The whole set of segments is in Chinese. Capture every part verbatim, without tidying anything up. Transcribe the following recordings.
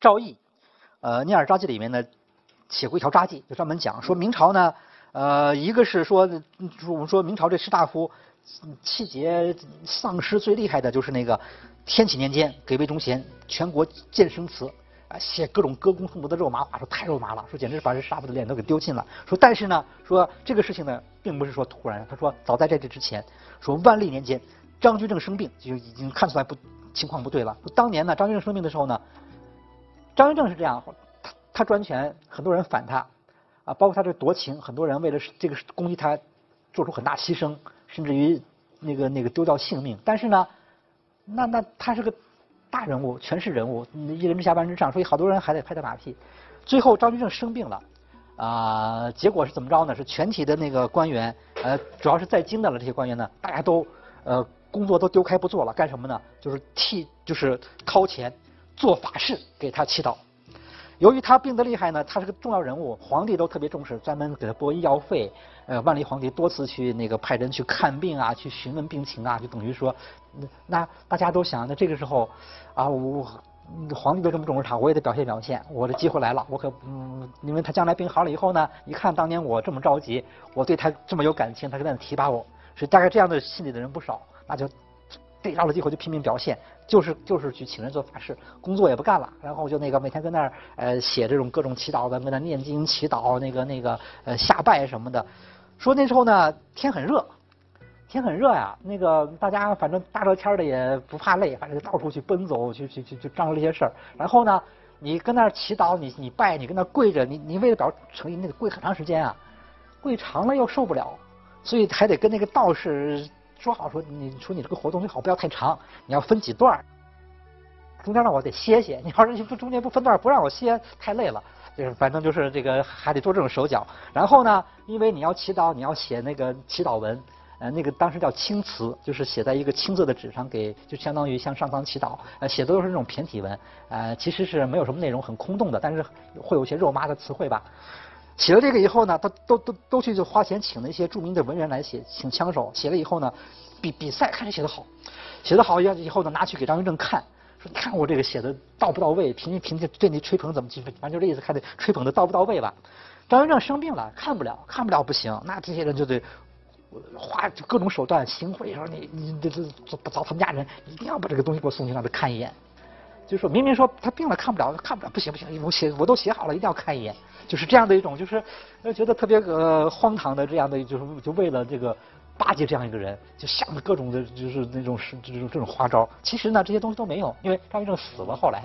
赵翼，呃，《聂耳札记》里面呢写过一条札记，就专门讲说明朝呢，呃，一个是说，我们说明朝这士大夫气节丧失最厉害的就是那个天启年间给魏忠贤全国建生祠。啊，写各种歌功颂德的肉麻话，说太肉麻了，说简直是把这士大夫的脸都给丢尽了。说但是呢，说这个事情呢，并不是说突然。他说早在这之前，说万历年间，张居正生病，就已经看出来不情况不对了。当年呢，张居正生病的时候呢，张居正是这样，他他专权，很多人反他，啊，包括他这夺情，很多人为了这个攻击他，做出很大牺牲，甚至于那个那个丢掉性命。但是呢，那那他是个大人物，权势人物，一人之下万人之上，所以好多人还得拍他马屁。最后张居正生病了，啊、呃，结果是怎么着呢？是全体的那个官员，呃，主要是在京的了这些官员呢，大家都呃工作都丢开不做了，干什么呢？就是替就是掏钱做法事给他祈祷。由于他病得厉害呢，他是个重要人物，皇帝都特别重视，专门给他拨医药费。呃，万历皇帝多次去那个派人去看病啊，去询问病情啊，就等于说，那大家都想，那这个时候，啊，我皇帝都这么重视他，我也得表现表现，我的机会来了，我可嗯，因为他将来病好了以后呢，一看当年我这么着急，我对他这么有感情，他就在那提拔我，是大概这样的心里的人不少，那就逮着了机会就拼命表现，就是就是去请人做法事，工作也不干了，然后就那个每天跟那儿呃写这种各种祈祷文，跟那念经祈祷，那个那个呃下拜什么的。说那时候呢天很热，天很热呀，那个大家反正大热天的也不怕累，反正就到处去奔走，去去去去张罗这些事儿。然后呢，你跟那儿祈祷，你你拜，你跟那儿跪着，你你为了表诚意，那得跪很长时间啊，跪长了又受不了，所以还得跟那个道士说好，说你说你这个活动最好不要太长，你要分几段，中间让我得歇歇，你要是中间不分段不让我歇，太累了。就是反正就是这个还得做这种手脚。然后呢，因为你要祈祷，你要写那个祈祷文，呃，那个当时叫青词，就是写在一个青色的纸上给，就相当于向上苍祈祷。呃，写的都是那种骈体文，呃，其实是没有什么内容，很空洞的，但是会有些肉麻的词汇吧。写了这个以后呢，都都都都去就花钱请了一些著名的文人来写，请枪手写了以后呢，比比赛看谁写得好，写得好以后呢，拿去给张居正看。说你看我这个写的到不到位，凭凭借对你吹捧怎么反正就这意思，看这吹捧的到不到位吧。张居正生病了，看不了，看不了不行，那这些人就得花各种手段行贿，说你你这这找他们家人一定要把这个东西给我送去让他看一眼。就说明明说他病了看不了，看不了，不行不行，我写我都写好了，一定要看一眼。就是这样的一种，就是觉得特别呃荒唐的这样的，就是就为了这个巴结这样一个人，就想着各种的，就是那种是这种这种花招。其实呢，这些东西都没用，因为张居正死了，后来。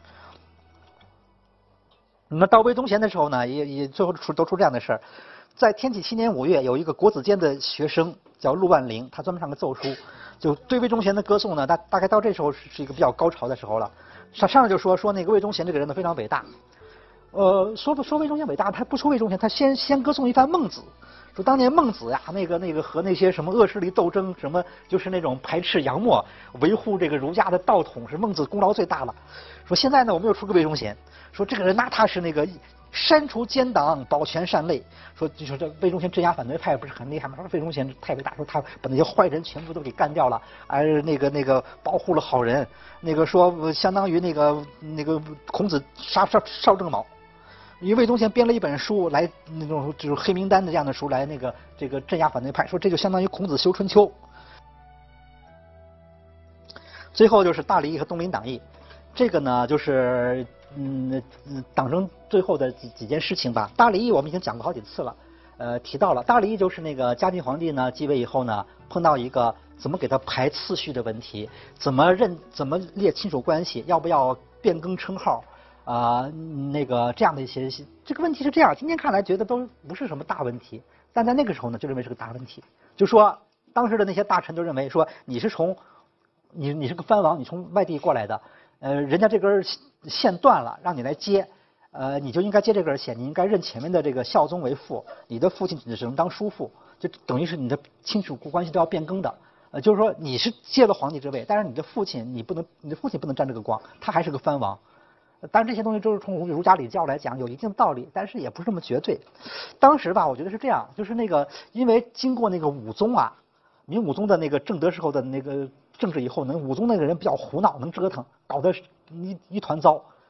那么到魏忠贤的时候呢，也也最后出都出这样的事儿。在天启七年五月，有一个国子监的学生叫陆万龄，他专门上个奏书，就对魏忠贤的歌颂呢，大大概到这时候是一个比较高潮的时候了。上上来就说说那个魏忠贤这个人呢非常伟大。呃，说说魏忠贤伟大，他不说魏忠贤，他先先歌颂一番孟子，说当年孟子呀，那个那个和那些什么恶势力斗争，什么就是那种排斥洋墨，维护这个儒家的道统，是孟子功劳最大了。说现在呢，我们又出个魏忠贤，说这个人那他是那个删除奸党，保全善类。说就说这魏忠贤镇压反对派不是很厉害吗？说魏忠贤太伟大，说他把那些坏人全部都给干掉了，而那个那个保护了好人。那个说相当于那个那个孔子杀杀邵正卯。因为魏忠贤编了一本书来那种就是黑名单的这样的书来那个这个镇压反对派，说这就相当于孔子修春秋。最后就是大礼议和东林党议，这个呢就是嗯党争最后的几几件事情吧。大礼议我们已经讲过好几次了，呃提到了大礼议就是那个嘉靖皇帝呢继位以后呢碰到一个怎么给他排次序的问题，怎么认怎么列亲属关系，要不要变更称号。啊、呃，那个这样的一些这个问题是这样，今天看来觉得都不是什么大问题，但在那个时候呢，就认为是个大问题。就说当时的那些大臣都认为说你是从你你是个藩王，你从外地过来的，呃，人家这根线断了，让你来接，呃，你就应该接这根线，你应该认前面的这个孝宗为父，你的父亲只能当叔父，就等于是你的亲属关系都要变更的。呃，就是说你是接了皇帝之位，但是你的父亲你不能，你的父亲不能沾这个光，他还是个藩王。当然这些东西都是从儒家礼教来讲有一定道理，但是也不是这么绝对。当时吧，我觉得是这样，就是那个因为经过那个武宗啊，明武宗的那个正德时候的那个政治以后呢，武宗那个人比较胡闹，能折腾，搞得一一团糟。就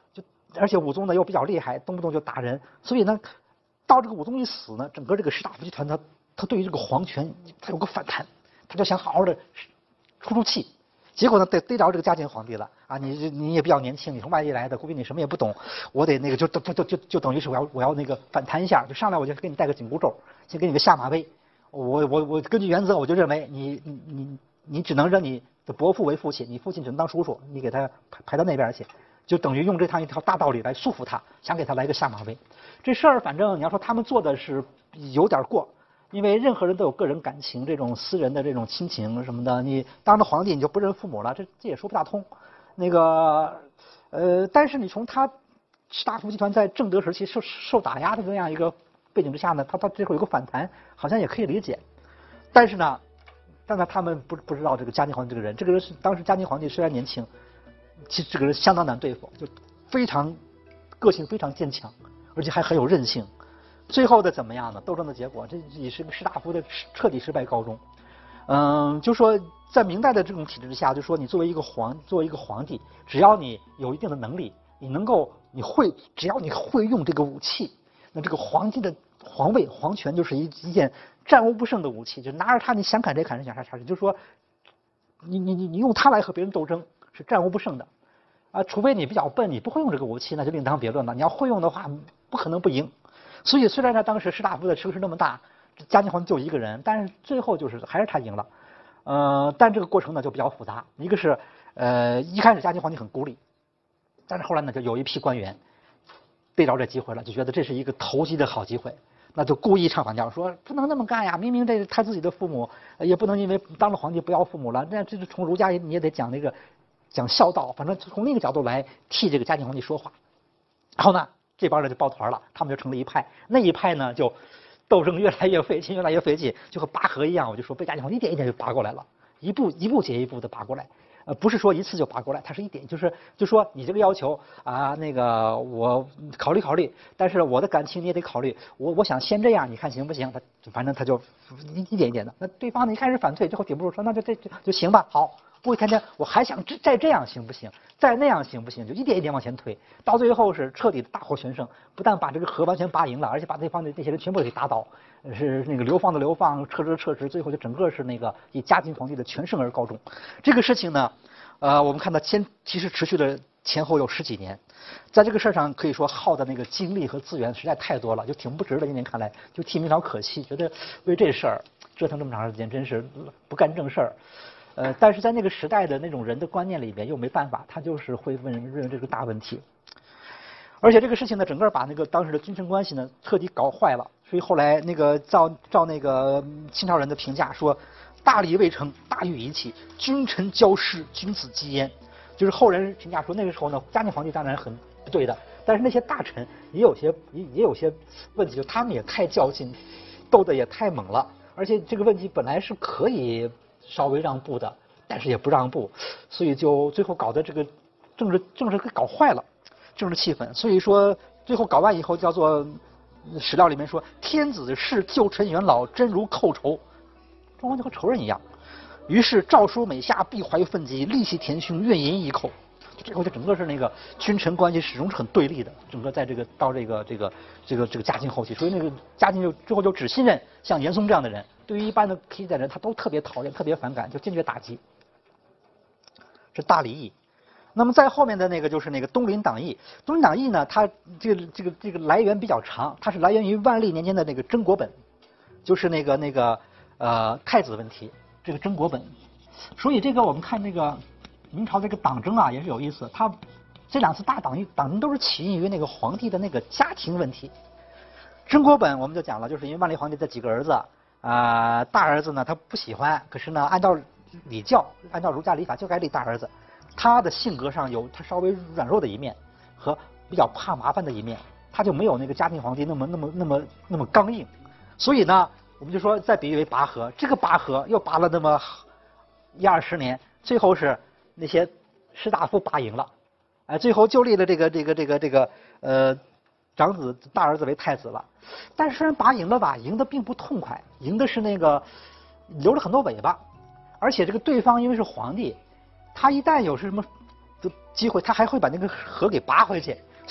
而且武宗呢又比较厉害，动不动就打人，所以呢，到这个武宗一死呢，整个这个士大夫集团他他对于这个皇权他有个反弹，他就想好好的出出气。结果呢，逮逮着这个嘉靖皇帝了啊！你你也比较年轻，你从外地来的，估计你什么也不懂，我得那个就就就就就等于是我要我要那个反弹一下，就上来我就给你戴个紧箍咒，先给你个下马威。我我我根据原则，我就认为你你你你只能认你的伯父为父亲，你父亲只能当叔叔，你给他排排到那边去，就等于用这趟一条大道理来束缚他，想给他来个下马威。这事儿反正你要说他们做的是有点过。因为任何人都有个人感情，这种私人的这种亲情什么的，你当了皇帝你就不认父母了，这这也说不大通。那个，呃，但是你从他士大夫集团在正德时期受受打压的这样一个背景之下呢，他他最后有个反弹，好像也可以理解。但是呢，但是他们不不知道这个嘉靖皇帝这个人，这个人是当时嘉靖皇帝虽然年轻，其实这个人相当难对付，就非常个性非常坚强，而且还很有韧性。最后的怎么样呢？斗争的结果，这也是个士大夫的彻底失败告终。嗯，就说在明代的这种体制之下，就说你作为一个皇，作为一个皇帝，只要你有一定的能力，你能够，你会，只要你会用这个武器，那这个皇帝的皇位、皇权就是一一件战无不胜的武器，就拿着它，你想砍谁砍谁，想杀杀谁，就是说，你你你你用它来和别人斗争是战无不胜的。啊，除非你比较笨，你不会用这个武器，那就另当别论了。你要会用的话，不可能不赢。所以虽然他当时士大夫的声势那么大，嘉靖皇帝就一个人，但是最后就是还是他赢了。呃，但这个过程呢就比较复杂。一个是呃一开始嘉靖皇帝很孤立，但是后来呢就有一批官员逮着这机会了，就觉得这是一个投机的好机会，那就故意唱反调，说不能那么干呀！明明这是他自己的父母，也不能因为当了皇帝不要父母了。那这是从儒家你也得讲那个讲孝道，反正从那个角度来替这个嘉靖皇帝说话。然后呢？这帮人就抱团了，他们就成了一派。那一派呢，就斗争越来越费劲，越来越费劲，就和拔河一样。我就说被嘉靖皇帝一点一点就拔过来了，一步一步接一步的拔过来。呃，不是说一次就拔过来，他是一点，就是就说你这个要求啊，那个我考虑考虑，但是我的感情你也得考虑。我我想先这样，你看行不行？他反正他就一一点一点的。那对方呢一开始反对，最后顶不住，说那就这就就行吧，好。不会天天我还想再这样行不行？再那样行不行？就一点一点往前推，到最后是彻底的大获全胜，不但把这个河完全拔赢了，而且把对方的那些人全部给打倒，是那个流放的流放，撤职撤职，最后就整个是那个以嘉靖皇帝的全胜而告终。这个事情呢，呃，我们看到先其实持续了前后有十几年，在这个事儿上可以说耗的那个精力和资源实在太多了，就挺不值的。今年看来，就替明朝可惜，觉得为这事儿折腾这么长时间，真是不干正事儿。呃，但是在那个时代的那种人的观念里边，又没办法，他就是会问认为这个大问题。而且这个事情呢，整个把那个当时的君臣关系呢彻底搞坏了。所以后来那个照照那个清朝人的评价说，大理未成，大狱已起，君臣交失，君子积焉。就是后人评价说，那个时候呢，嘉靖皇帝当然很不对的，但是那些大臣也有些也也有些问题，就他们也太较劲，斗得也太猛了。而且这个问题本来是可以稍微让步的，但是也不让步，所以就最后搞得这个政治政治给搞坏了，政治气氛。所以说最后搞完以后，叫做史料里面说，天子视旧臣元老，真如寇仇，状况就和仇人一样。于是诏书每下，必怀愤激，力系田胸，怨言一口。最后就整个是那个君臣关系始终是很对立的，整个在这个到这个这个这个这个嘉靖后期，所以那个嘉靖就最后就只信任像严嵩这样的人，对于一般的批改人他都特别讨厌，特别反感，就坚决打击。是大礼议。那么在后面的那个就是那个东林党议。东林党议呢，它这个这个这个来源比较长，它是来源于万历年间的那个甄国本，就是那个那个呃太子问题，这个甄国本。所以这个我们看那个明朝这个党争啊也是有意思，它这两次大党议党争都是起因于那个皇帝的那个家庭问题。甄国本我们就讲了，就是因为万历皇帝这几个儿子啊、呃，大儿子呢他不喜欢，可是呢按照礼教，按照儒家礼法就该立大儿子。他的性格上有他稍微软弱的一面和比较怕麻烦的一面，他就没有那个嘉靖皇帝那么那么那么那么刚硬。所以呢，我们就说再比喻为拔河，这个拔河又拔了那么一二十年，最后是那些士大夫拔赢了，哎，最后就立了这个这个这个这个呃长子大儿子为太子了。但是虽然拔赢了吧，赢得并不痛快，赢的是那个留了很多尾巴，而且这个对方因为是皇帝，他一旦有什么机会，他还会把那个河给拔回去。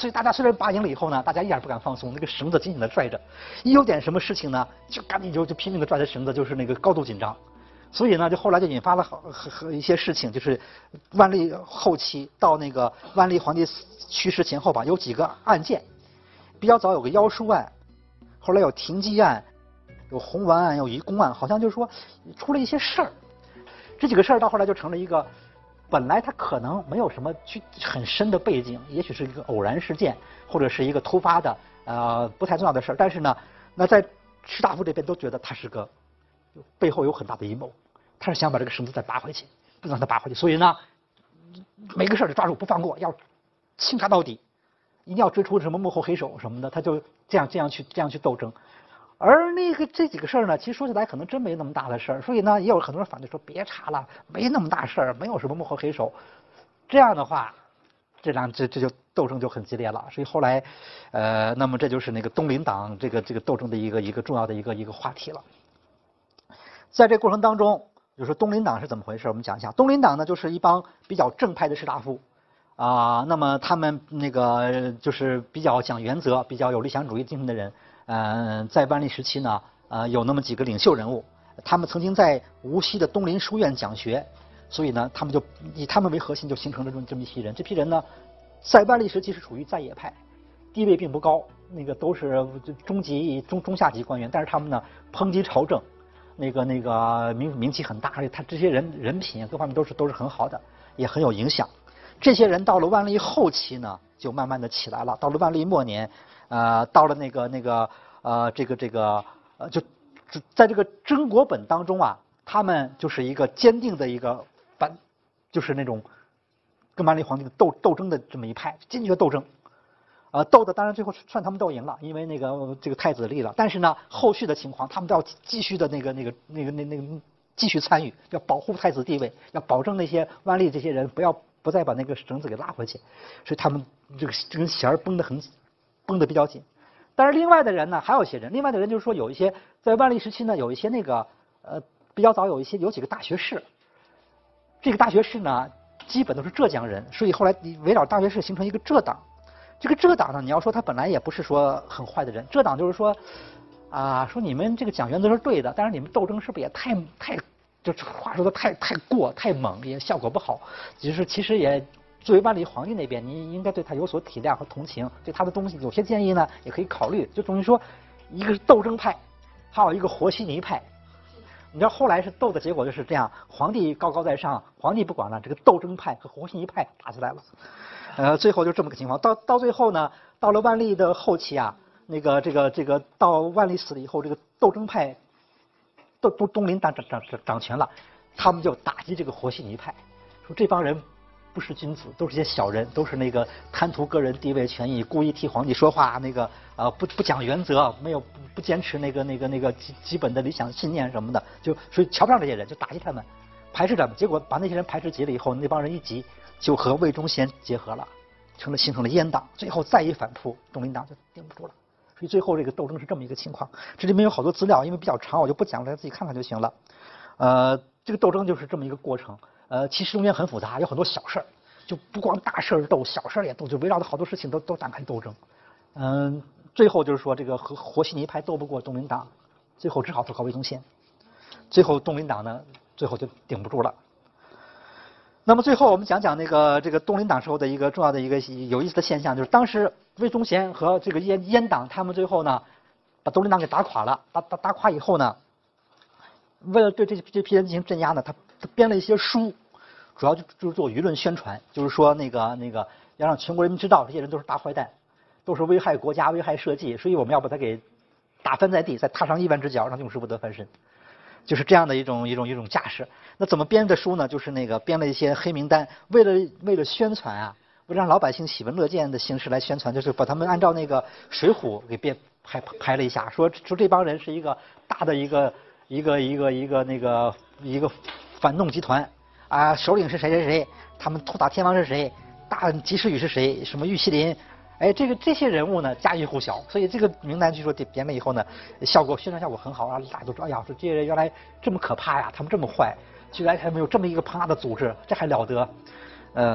所以大家虽然拔营了以后呢，大家一点不敢放松，那个绳子紧紧的拽着，一有点什么事情呢，就赶紧就就拼命的拽着绳子，就是那个高度紧张。所以呢，就后来就引发了好和和一些事情，就是万历后期到那个万历皇帝去世前后吧，有几个案件，比较早有个妖书案，后来有停机案，有红丸案，有遗宫案，好像就是说出了一些事儿。这几个事儿到后来就成了一个，本来它可能没有什么具很深的背景，也许是一个偶然事件，或者是一个突发的呃不太重要的事儿，但是呢，那在士大夫这边都觉得它是个背后有很大的阴谋。他是想把这个绳子再拔回去，不让他拔回去，所以呢，每个事儿就抓住不放过，要清查到底，一定要追出什么幕后黑手什么的，他就这样这样去这样去斗争。而那个这几个事儿呢，其实说起来可能真没那么大的事儿，所以呢，也有很多人反对说别查了，没那么大事儿，没有什么幕后黑手。这样的话，这两这这就斗争就很激烈了。所以后来，呃，那么这就是那个东林党这个这个斗争的一个一个重要的一个一个话题了。在这过程当中。就是说东林党是怎么回事？我们讲一下。东林党呢，就是一帮比较正派的士大夫，啊、呃，那么他们那个就是比较讲原则、比较有理想主义精神的人。嗯、呃，在万历时期呢，呃，有那么几个领袖人物，他们曾经在无锡的东林书院讲学，所以呢，他们就以他们为核心，就形成了这么这么一批人。这批人呢，在万历时期是属于在野派，地位并不高，那个都是中级、中中下级官员，但是他们呢，抨击朝政。那个那个名名气很大，而且他这些人人品各方面都是都是很好的，也很有影响。这些人到了万历后期呢，就慢慢的起来了。到了万历末年，呃，到了那个那个呃这个这个呃就就在这个甄国本当中啊，他们就是一个坚定的一个反，就是那种跟万历皇帝的斗斗争的这么一派，坚决斗争。呃，斗的当然最后算他们斗赢了，因为那个这个太子立了。但是呢，后续的情况他们都要继续的那个那个那个那那个继续参与，要保护太子地位，要保证那些万历这些人不要不再把那个绳子给拉回去，所以他们这个这根弦儿绷得很绷得比较紧。但是另外的人呢，还有一些人，另外的人就是说有一些在万历时期呢，有一些那个呃比较早有一些有几个大学士，这个大学士呢基本都是浙江人，所以后来围绕大学士形成一个浙党。这个浙党呢，你要说他本来也不是说很坏的人，浙党就是说，啊，说你们这个讲原则是对的，但是你们斗争是不是也太太，就是话说的太太过太猛，也效果不好。就是其实也作为万历皇帝那边，你应该对他有所体谅和同情，对他的东西有些建议呢也可以考虑。就等于说，一个是斗争派，还有一个和稀泥派。你知道后来是斗的结果就是这样，皇帝高高在上，皇帝不管了，这个斗争派和和稀泥派打起来了。呃，最后就这么个情况，到到最后呢，到了万历的后期啊，那个这个这个到万历死了以后，这个斗争派，斗东东林党掌掌掌掌权了，他们就打击这个和稀泥派，说这帮人不是君子，都是些小人，都是那个贪图个人地位权益，故意替皇帝说话，那个呃不不讲原则，没有不不坚持那个那个那个基基本的理想信念什么的，就所以瞧不上这些人，就打击他们，排斥他们，结果把那些人排斥急了以后，那帮人一急。就和魏忠贤结合了，成了形成了阉党，最后再一反扑，东林党就顶不住了。所以最后这个斗争是这么一个情况。这里面有好多资料，因为比较长，我就不讲了，大家自己看看就行了。呃，这个斗争就是这么一个过程。呃，其实中间很复杂，有很多小事儿，就不光大事儿斗，小事儿也斗，就围绕着好多事情都都展开斗争。嗯、呃，最后就是说这个和和稀泥派斗不过东林党，最后只好投靠魏忠贤。最后东林党呢，最后就顶不住了。那么最后我们讲讲那个这个东林党时候的一个重要的一个有意思的现象，就是当时魏忠贤和这个阉阉党他们最后呢把东林党给打垮了，打打打垮以后呢，为了对这这批人进行镇压呢，他他编了一些书，主要就就是做舆论宣传，就是说那个那个要让全国人民知道这些人都是大坏蛋，都是危害国家、危害社稷，所以我们要把他给打翻在地，再踏上亿万只脚，让永世不得翻身。就是这样的一种一种一种架势。那怎么编的书呢？就是那个编了一些黑名单，为了为了宣传啊，为了让老百姓喜闻乐见的形式来宣传，就是把他们按照那个《水浒》给编排排了一下，说说这帮人是一个大的一个一个一个一个那个一个反动集团啊，首领是谁谁谁，他们突打天王是谁，大及时雨是谁，什么玉麒麟。哎，这个这些人物呢家喻户晓，所以这个名单据说编了以后呢，效果宣传效果很好啊，大家都说，哎呀，说这些人原来这么可怕呀，他们这么坏，居然还没有这么一个庞大的组织，这还了得？嗯、呃，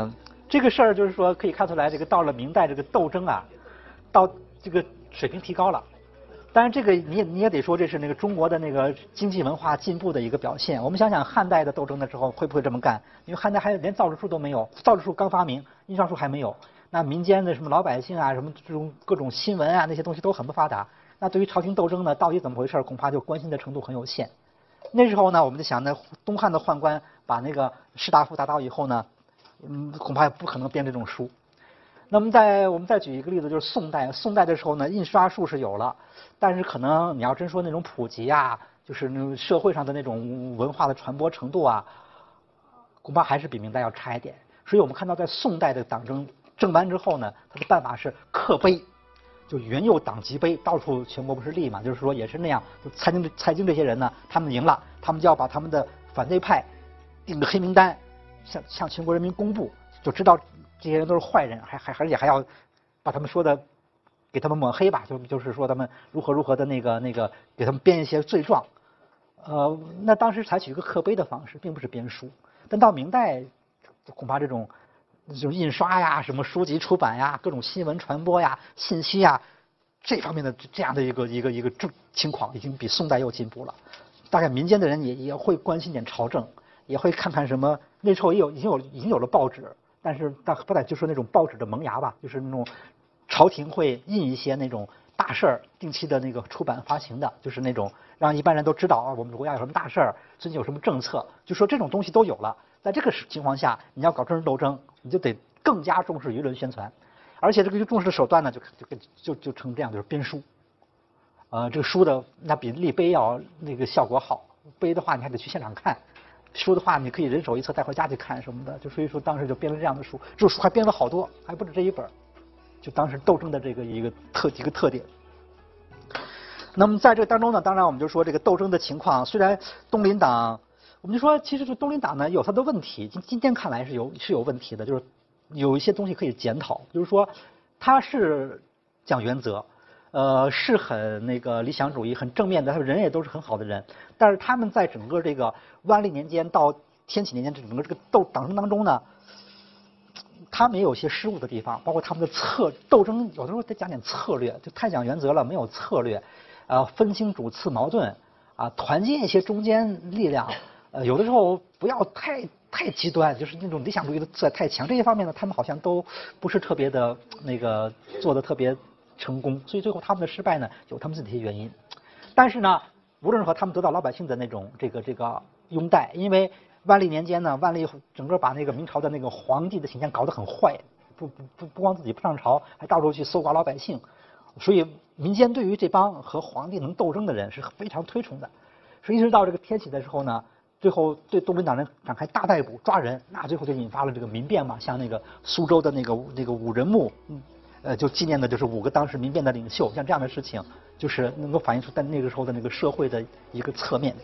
这个事儿就是说可以看出来，这个到了明代这个斗争啊，到这个水平提高了。当然，这个你也你也得说，这是那个中国的那个经济文化进步的一个表现。我们想想汉代的斗争的时候会不会这么干？因为汉代还连造纸术都没有，造纸术刚发明，印刷术还没有。那民间的什么老百姓啊，什么这种各种新闻啊，那些东西都很不发达。那对于朝廷斗争呢，到底怎么回事，恐怕就关心的程度很有限。那时候呢，我们就想，那东汉的宦官把那个士大夫打倒以后呢，嗯，恐怕也不可能编这种书。那么在我们再举一个例子，就是宋代。宋代的时候呢，印刷术是有了，但是可能你要真说那种普及啊，就是那种社会上的那种文化的传播程度啊，恐怕还是比明代要差一点。所以我们看到，在宋代的党争正完之后呢，他的办法是刻碑，就元佑党籍碑，到处全国不是立嘛，就是说也是那样。就蔡京蔡京这些人呢，他们赢了，他们就要把他们的反对派定个黑名单，向向全国人民公布，就知道这些人都是坏人，还还而且还要把他们说的给他们抹黑吧，就就是说他们如何如何的那个那个给他们编一些罪状。呃，那当时采取一个刻碑的方式，并不是编书。但到明代，恐怕这种这种印刷呀、什么书籍出版呀、各种新闻传播呀、信息呀这方面的这样的一个一个一个情况，已经比宋代又进步了。大概民间的人也也会关心点朝政，也会看看什么。那时候也有已经有已经有了报纸。但是大不但就是那种报纸的萌芽吧，就是那种朝廷会印一些那种大事儿，定期的那个出版发行的，就是那种让一般人都知道啊，我们国家有什么大事儿，最近有什么政策，就说这种东西都有了。在这个情况下，你要搞政治斗争，你就得更加重视舆论宣传，而且这个重视的手段呢，就就就就成这样，就是编书。呃，这个书的那比立碑要那个效果好，碑的话你还得去现场看。书的话，你可以人手一册带回家去看什么的，就所以说当时就编了这样的书，这书还编了好多，还不止这一本，就当时斗争的这个一个特一个特点。那么在这个当中呢，当然我们就说这个斗争的情况，虽然东林党，我们就说其实这东林党呢有它的问题，今今天看来是有是有问题的，就是有一些东西可以检讨，就是说他是讲原则。呃，是很那个理想主义、很正面的，他们人也都是很好的人。但是他们在整个这个万历年间到天启年间整个这个斗党争当中呢，他们也有些失误的地方，包括他们的策斗争，有的时候得讲点策略，就太讲原则了，没有策略。呃，分清主次矛盾啊，团结一些中间力量。呃，有的时候不要太太极端，就是那种理想主义的色彩太强。这些方面呢，他们好像都不是特别的那个做的特别成功，所以最后他们的失败呢，有他们自己的一些原因。但是呢，无论如何，他们得到老百姓的那种这个这个拥戴，因为万历年间呢，万历整个把那个明朝的那个皇帝的形象搞得很坏，不不不不光自己不上朝，还到处去搜刮老百姓，所以民间对于这帮和皇帝能斗争的人是非常推崇的。所以一直到这个天启的时候呢，最后对东林党人展开大逮捕抓人，那最后就引发了这个民变嘛，像那个苏州的那个那个五人墓，嗯。呃，就纪念的就是五个当时民变的领袖，像这样的事情，就是能够反映出在那个时候的那个社会的一个侧面。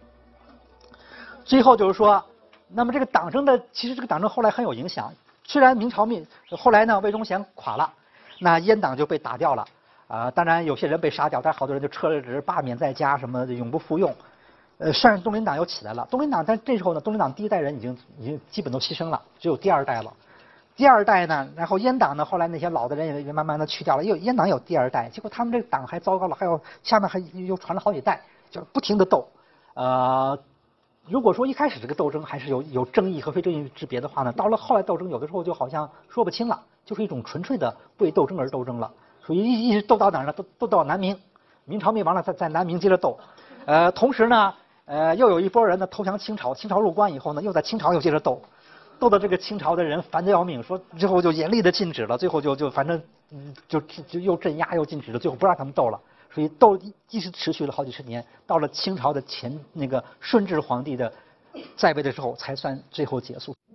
最后就是说，那么这个党争的，其实这个党争后来很有影响。虽然明朝灭，后来呢魏忠贤垮了，那阉党就被打掉了啊、呃。当然有些人被杀掉，但好多人就撤了职、罢免在家，什么永不复用。呃，算是东林党又起来了。东林党但这时候呢，东林党第一代人已经已经基本都牺牲了，只有第二代了。第二代呢，然后阉党呢，后来那些老的人也慢慢的去掉了，又阉党有第二代，结果他们这个党还糟糕了，还有下面还又传了好几代，就不停的斗。呃，如果说一开始这个斗争还是有有正义和非正义之别的话呢，到了后来斗争有的时候就好像说不清了，就是一种纯粹的为斗争而斗争了，属于一一直斗到哪儿呢？斗斗到南明，明朝灭亡了，在在南明接着斗。呃，同时呢，呃，又有一波人呢投降清朝，清朝入关以后呢，又在清朝又接着斗。斗到这个清朝的人烦得要命，说最后就严厉的禁止了，最后就就反正嗯就就又镇压又禁止了，最后不让他们斗了。所以斗一直持续了好几十年，到了清朝的前那个顺治皇帝的在位的时候，才算最后结束。